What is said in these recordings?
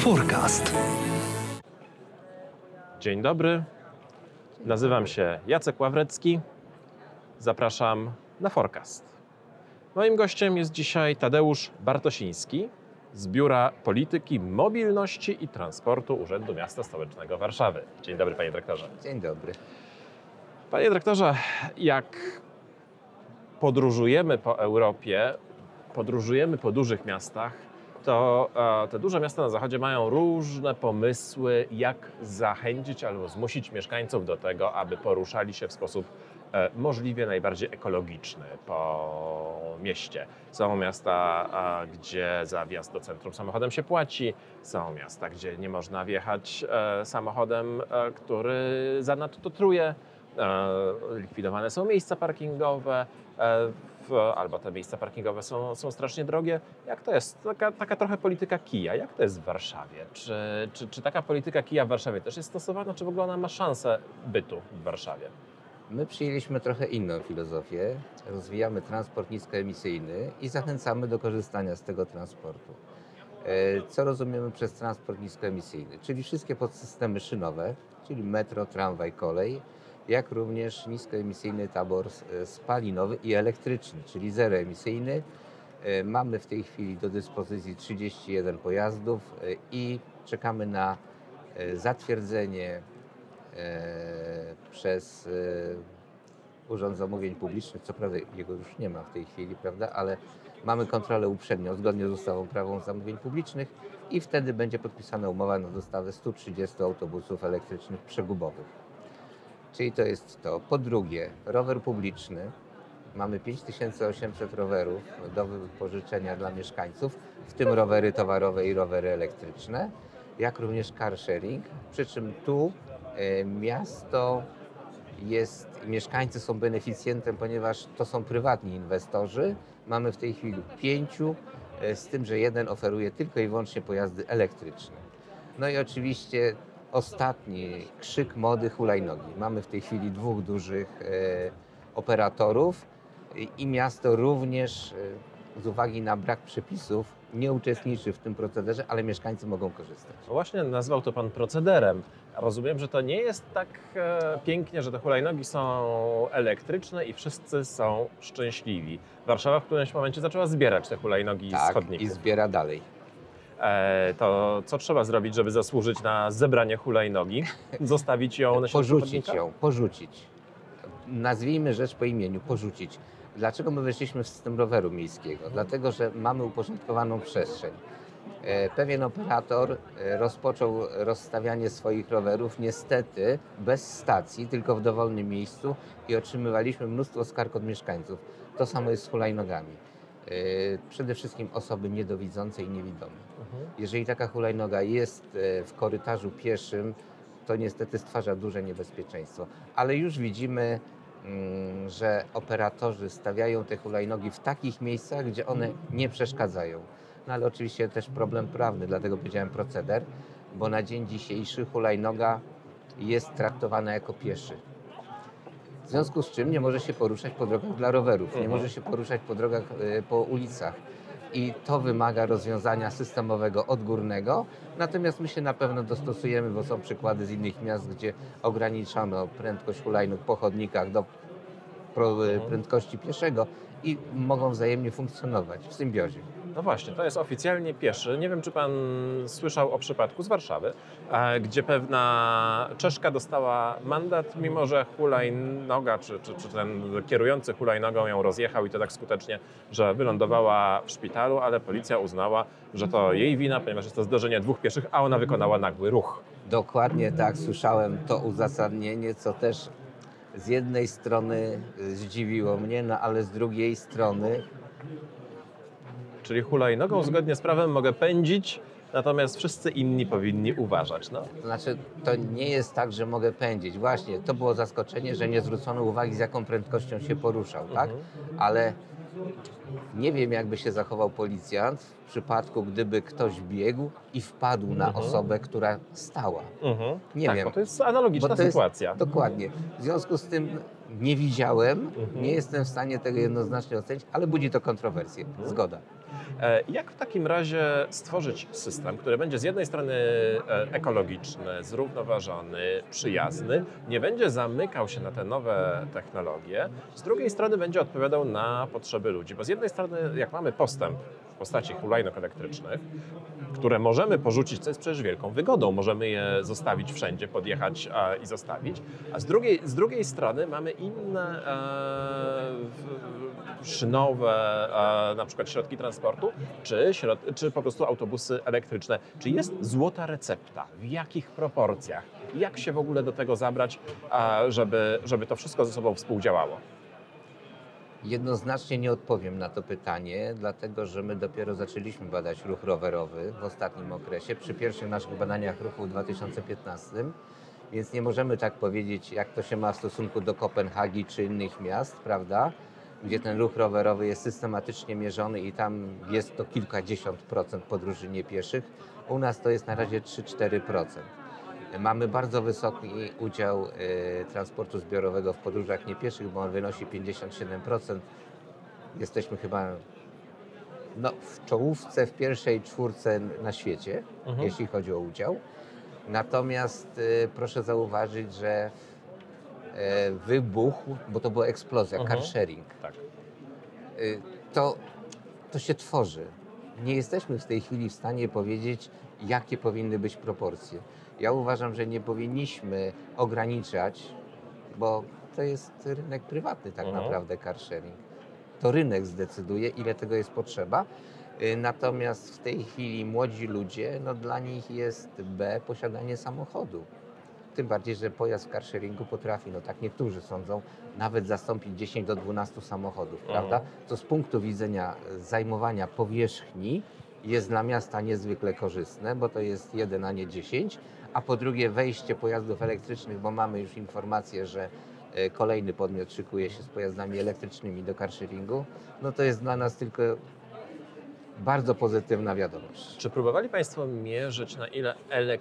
Forecast. Dzień dobry, nazywam się Jacek Ławrecki, zapraszam na Forecast. Moim gościem jest dzisiaj Tadeusz Bartosiński z Biura Polityki, Mobilności i Transportu Urzędu Miasta Stołecznego Warszawy. Dzień dobry, panie dyrektorze. Dzień dobry. Panie dyrektorze, jak podróżujemy po Europie, podróżujemy po dużych miastach, to te duże miasta na zachodzie mają różne pomysły, jak zachęcić albo zmusić mieszkańców do tego, aby poruszali się w sposób możliwie najbardziej ekologiczny po mieście. Są miasta, gdzie za wjazd do centrum samochodem się płaci, są miasta, gdzie nie można wjechać samochodem, który zanadto truje. Likwidowane są miejsca parkingowe, albo te miejsca parkingowe są strasznie drogie. Jak to jest? Taka trochę polityka kija. Jak to jest w Warszawie? Czy taka polityka kija w Warszawie też jest stosowana? Czy w ogóle ona ma szansę bytu w Warszawie? My przyjęliśmy trochę inną filozofię. Rozwijamy transport niskoemisyjny i zachęcamy do korzystania z tego transportu. Co rozumiemy przez transport niskoemisyjny? Czyli wszystkie podsystemy szynowe, czyli metro, tramwaj, kolej, jak również niskoemisyjny tabor spalinowy i elektryczny, czyli zeroemisyjny. Mamy w tej chwili do dyspozycji 31 pojazdów i czekamy na zatwierdzenie przez Urząd Zamówień Publicznych. Co prawda jego już nie ma w tej chwili, prawda, ale mamy kontrolę uprzednią zgodnie z ustawą Prawo zamówień publicznych i wtedy będzie podpisana umowa na dostawę 130 autobusów elektrycznych przegubowych. Czyli to jest to. Po drugie, rower publiczny. Mamy 5800 rowerów do wypożyczenia dla mieszkańców, w tym rowery towarowe i rowery elektryczne, jak również car sharing. Przy czym tu miasto jest, mieszkańcy są beneficjentem, ponieważ to są prywatni inwestorzy. Mamy w tej chwili 5, z tym, że jeden oferuje tylko i wyłącznie pojazdy elektryczne. No i oczywiście ostatni krzyk mody hulajnogi. Mamy w tej chwili 2 dużych operatorów i miasto również z uwagi na brak przepisów nie uczestniczy w tym procederze, ale mieszkańcy mogą korzystać. No właśnie nazwał to pan procederem. Rozumiem, że to nie jest tak pięknie, że te hulajnogi są elektryczne i wszyscy są szczęśliwi. Warszawa w którymś momencie zaczęła zbierać te hulajnogi z chodników. I zbiera dalej. To co trzeba zrobić, żeby zasłużyć na zebranie hulajnogi? Zostawić ją na środku Porzucić chodnika? ją, porzucić. Nazwijmy rzecz po imieniu, porzucić. Dlaczego my weszliśmy w system roweru miejskiego? Dlatego, że mamy uporządkowaną przestrzeń. Pewien operator rozpoczął rozstawianie swoich rowerów, niestety bez stacji, tylko w dowolnym miejscu i otrzymywaliśmy mnóstwo skarg od mieszkańców. To samo jest z hulajnogami. Przede wszystkim osoby niedowidzące i niewidome. Jeżeli taka hulajnoga jest w korytarzu pieszym, to niestety stwarza duże niebezpieczeństwo. Ale już widzimy, że operatorzy stawiają te hulajnogi w takich miejscach, gdzie one nie przeszkadzają. No ale oczywiście też problem prawny, dlatego powiedziałem proceder, bo na dzień dzisiejszy hulajnoga jest traktowana jako pieszy. W związku z czym nie może się poruszać po drogach dla rowerów, nie może się poruszać po drogach, po ulicach. I to wymaga rozwiązania systemowego, odgórnego. Natomiast my się na pewno dostosujemy, bo są przykłady z innych miast, gdzie ograniczono prędkość hulajnóg po chodnikach do prędkości pieszego i mogą wzajemnie funkcjonować w symbiozie. No właśnie, to jest oficjalnie pieszy. Nie wiem, czy pan słyszał o przypadku z Warszawy, gdzie pewna Czeszka dostała mandat, mimo że hulajnoga, czy ten kierujący hulajnogą ją rozjechał i to tak skutecznie, że wylądowała w szpitalu, ale policja uznała, że to jej wina, ponieważ jest to zdarzenie 2 pieszych, a ona wykonała nagły ruch. Dokładnie tak, słyszałem to uzasadnienie, co też z jednej strony zdziwiło mnie, no ale z drugiej strony Czyli hulajnogą zgodnie z prawem mogę pędzić, natomiast wszyscy inni powinni uważać. No. to znaczy, to nie jest tak, że mogę pędzić. Właśnie, to było zaskoczenie, że nie zwrócono uwagi, z jaką prędkością się poruszał, tak? Ale nie wiem, jakby się zachował policjant w przypadku, gdyby ktoś biegł i wpadł na osobę, która stała. Nie tak, wiem. bo to jest analogiczna sytuacja. Dokładnie. W związku z tym nie widziałem, nie jestem w stanie tego jednoznacznie ocenić, ale budzi to kontrowersję. Zgoda. Jak w takim razie stworzyć system, który będzie z jednej strony ekologiczny, zrównoważony, przyjazny, nie będzie zamykał się na te nowe technologie, z drugiej strony będzie odpowiadał na potrzeby ludzi, bo z jednej strony jak mamy postęp w postaci hulajnóg elektrycznych, które możemy porzucić, co jest przecież wielką wygodą, możemy je zostawić wszędzie, podjechać i zostawić, a z drugiej strony mamy inne szynowe, na przykład środki transportu, czy po prostu autobusy elektryczne. Czy jest złota recepta? W jakich proporcjach? Jak się w ogóle do tego zabrać, żeby to wszystko ze sobą współdziałało? Jednoznacznie nie odpowiem na to pytanie, dlatego że my dopiero zaczęliśmy badać ruch rowerowy w ostatnim okresie, przy pierwszych naszych badaniach ruchu w 2015, więc nie możemy tak powiedzieć, jak to się ma w stosunku do Kopenhagi czy innych miast, prawda? Gdzie ten ruch rowerowy jest systematycznie mierzony i tam jest to kilkadziesiąt procent podróży niepieszych. U nas to jest na razie 3-4%. Mamy bardzo wysoki udział transportu zbiorowego w podróżach niepieszych, bo on wynosi 57%. Jesteśmy chyba w czołówce, w pierwszej czwórce na świecie, jeśli chodzi o udział. Natomiast proszę zauważyć, że wybuchł, bo to była eksplozja, car sharing. Tak. To się tworzy. Nie jesteśmy w tej chwili w stanie powiedzieć, jakie powinny być proporcje. Ja uważam, że nie powinniśmy ograniczać, bo to jest rynek prywatny tak naprawdę, car sharing. To rynek zdecyduje, ile tego jest potrzeba. Natomiast w tej chwili młodzi ludzie, dla nich jest posiadanie samochodu. Tym bardziej, że pojazd w car sharingu potrafi, tak niektórzy sądzą, nawet zastąpić 10 do 12 samochodów, prawda? Co z punktu widzenia zajmowania powierzchni jest dla miasta niezwykle korzystne, bo to jest 1, a nie 10, a po drugie wejście pojazdów elektrycznych, bo mamy już informację, że kolejny podmiot szykuje się z pojazdami elektrycznymi do car sharingu, to jest dla nas tylko bardzo pozytywna wiadomość. Czy próbowali Państwo mierzyć, na ile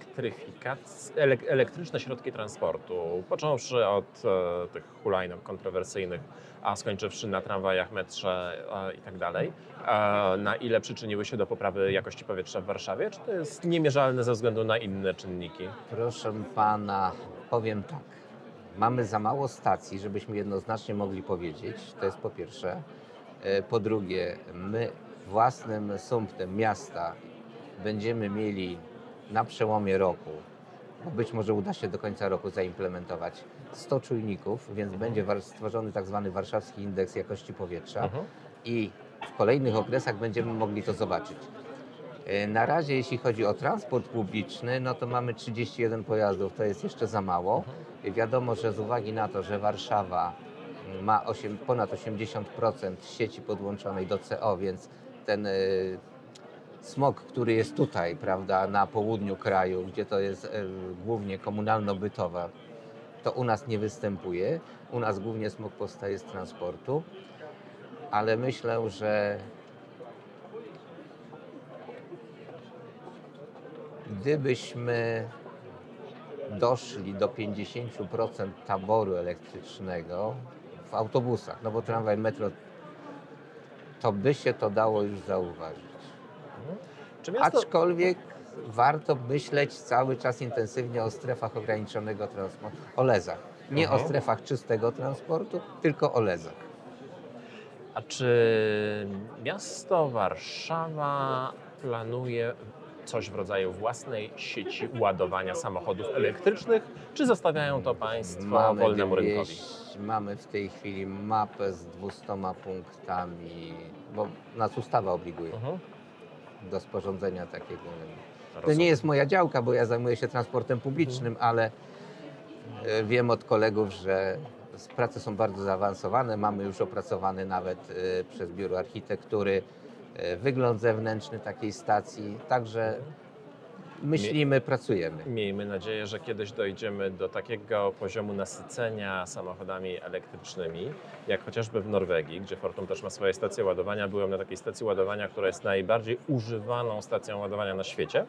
elektryczne środki transportu, począwszy od tych hulajnóg kontrowersyjnych, a skończywszy na tramwajach, metrze i tak dalej, na ile przyczyniły się do poprawy jakości powietrza w Warszawie? Czy to jest niemierzalne ze względu na inne czynniki? Proszę pana, powiem tak. Mamy za mało stacji, żebyśmy jednoznacznie mogli powiedzieć, to jest po pierwsze. Po drugie, my własnym sumptem miasta będziemy mieli na przełomie roku, bo być może uda się do końca roku zaimplementować 100 czujników, więc będzie stworzony tak zwany warszawski indeks jakości powietrza i w kolejnych okresach będziemy mogli to zobaczyć. Na razie jeśli chodzi o transport publiczny, to mamy 31 pojazdów, to jest jeszcze za mało. Wiadomo, że z uwagi na to, że Warszawa ma ponad 80% sieci podłączonej do CO, więc ten smog, który jest tutaj, prawda, na południu kraju, gdzie to jest głównie komunalno-bytowa, to u nas nie występuje. U nas głównie smog powstaje z transportu, ale myślę, że gdybyśmy doszli do 50% taboru elektrycznego w autobusach, bo tramwaj, metro, to by się to dało już zauważyć. Aczkolwiek warto myśleć cały czas intensywnie o strefach ograniczonego transportu, o LEZ-ach. Nie o strefach czystego transportu, tylko o LEZ-ach. A czy miasto Warszawa planuje coś w rodzaju własnej sieci ładowania samochodów elektrycznych, czy zostawiają to Państwo wolnemu rynkowi? Mamy w tej chwili mapę z 200 punktami, bo nas ustawa obliguje do sporządzenia takiego. To nie jest moja działka, bo ja zajmuję się transportem publicznym, ale wiem od kolegów, że prace są bardzo zaawansowane. Mamy już opracowany nawet przez Biuro Architektury wygląd zewnętrzny takiej stacji, także myślimy, pracujemy. Miejmy nadzieję, że kiedyś dojdziemy do takiego poziomu nasycenia samochodami elektrycznymi, jak chociażby w Norwegii, gdzie Fortum też ma swoje stacje ładowania. Byłem na takiej stacji ładowania, która jest najbardziej używaną stacją ładowania na świecie.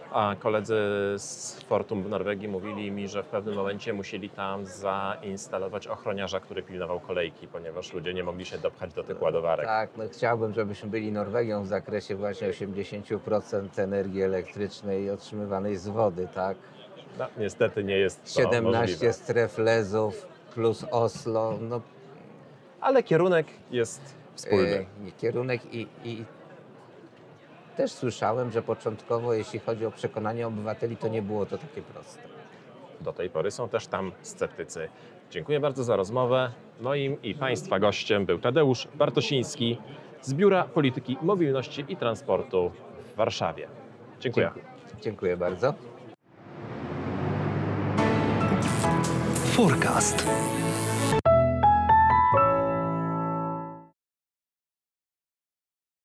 A koledzy z Fortum w Norwegii mówili mi, że w pewnym momencie musieli tam zainstalować ochroniarza, który pilnował kolejki, ponieważ ludzie nie mogli się dopchać do tych ładowarek. Tak, no chciałbym, żebyśmy byli Norwegią w zakresie właśnie 80% energii elektrycznej otrzymywanej z wody, tak? No, niestety nie jest to 17 możliwe. stref lezów plus Oslo, no Ale kierunek jest wspólny. kierunek i też słyszałem, że początkowo, jeśli chodzi o przekonanie obywateli, to nie było to takie proste. Do tej pory są też tam sceptycy. Dziękuję bardzo za rozmowę. Moim i Państwa gościem był Tadeusz Bartosiński z Biura Polityki Mobilności i Transportu w Warszawie. Dziękuję. Dziękuję bardzo. Forecast.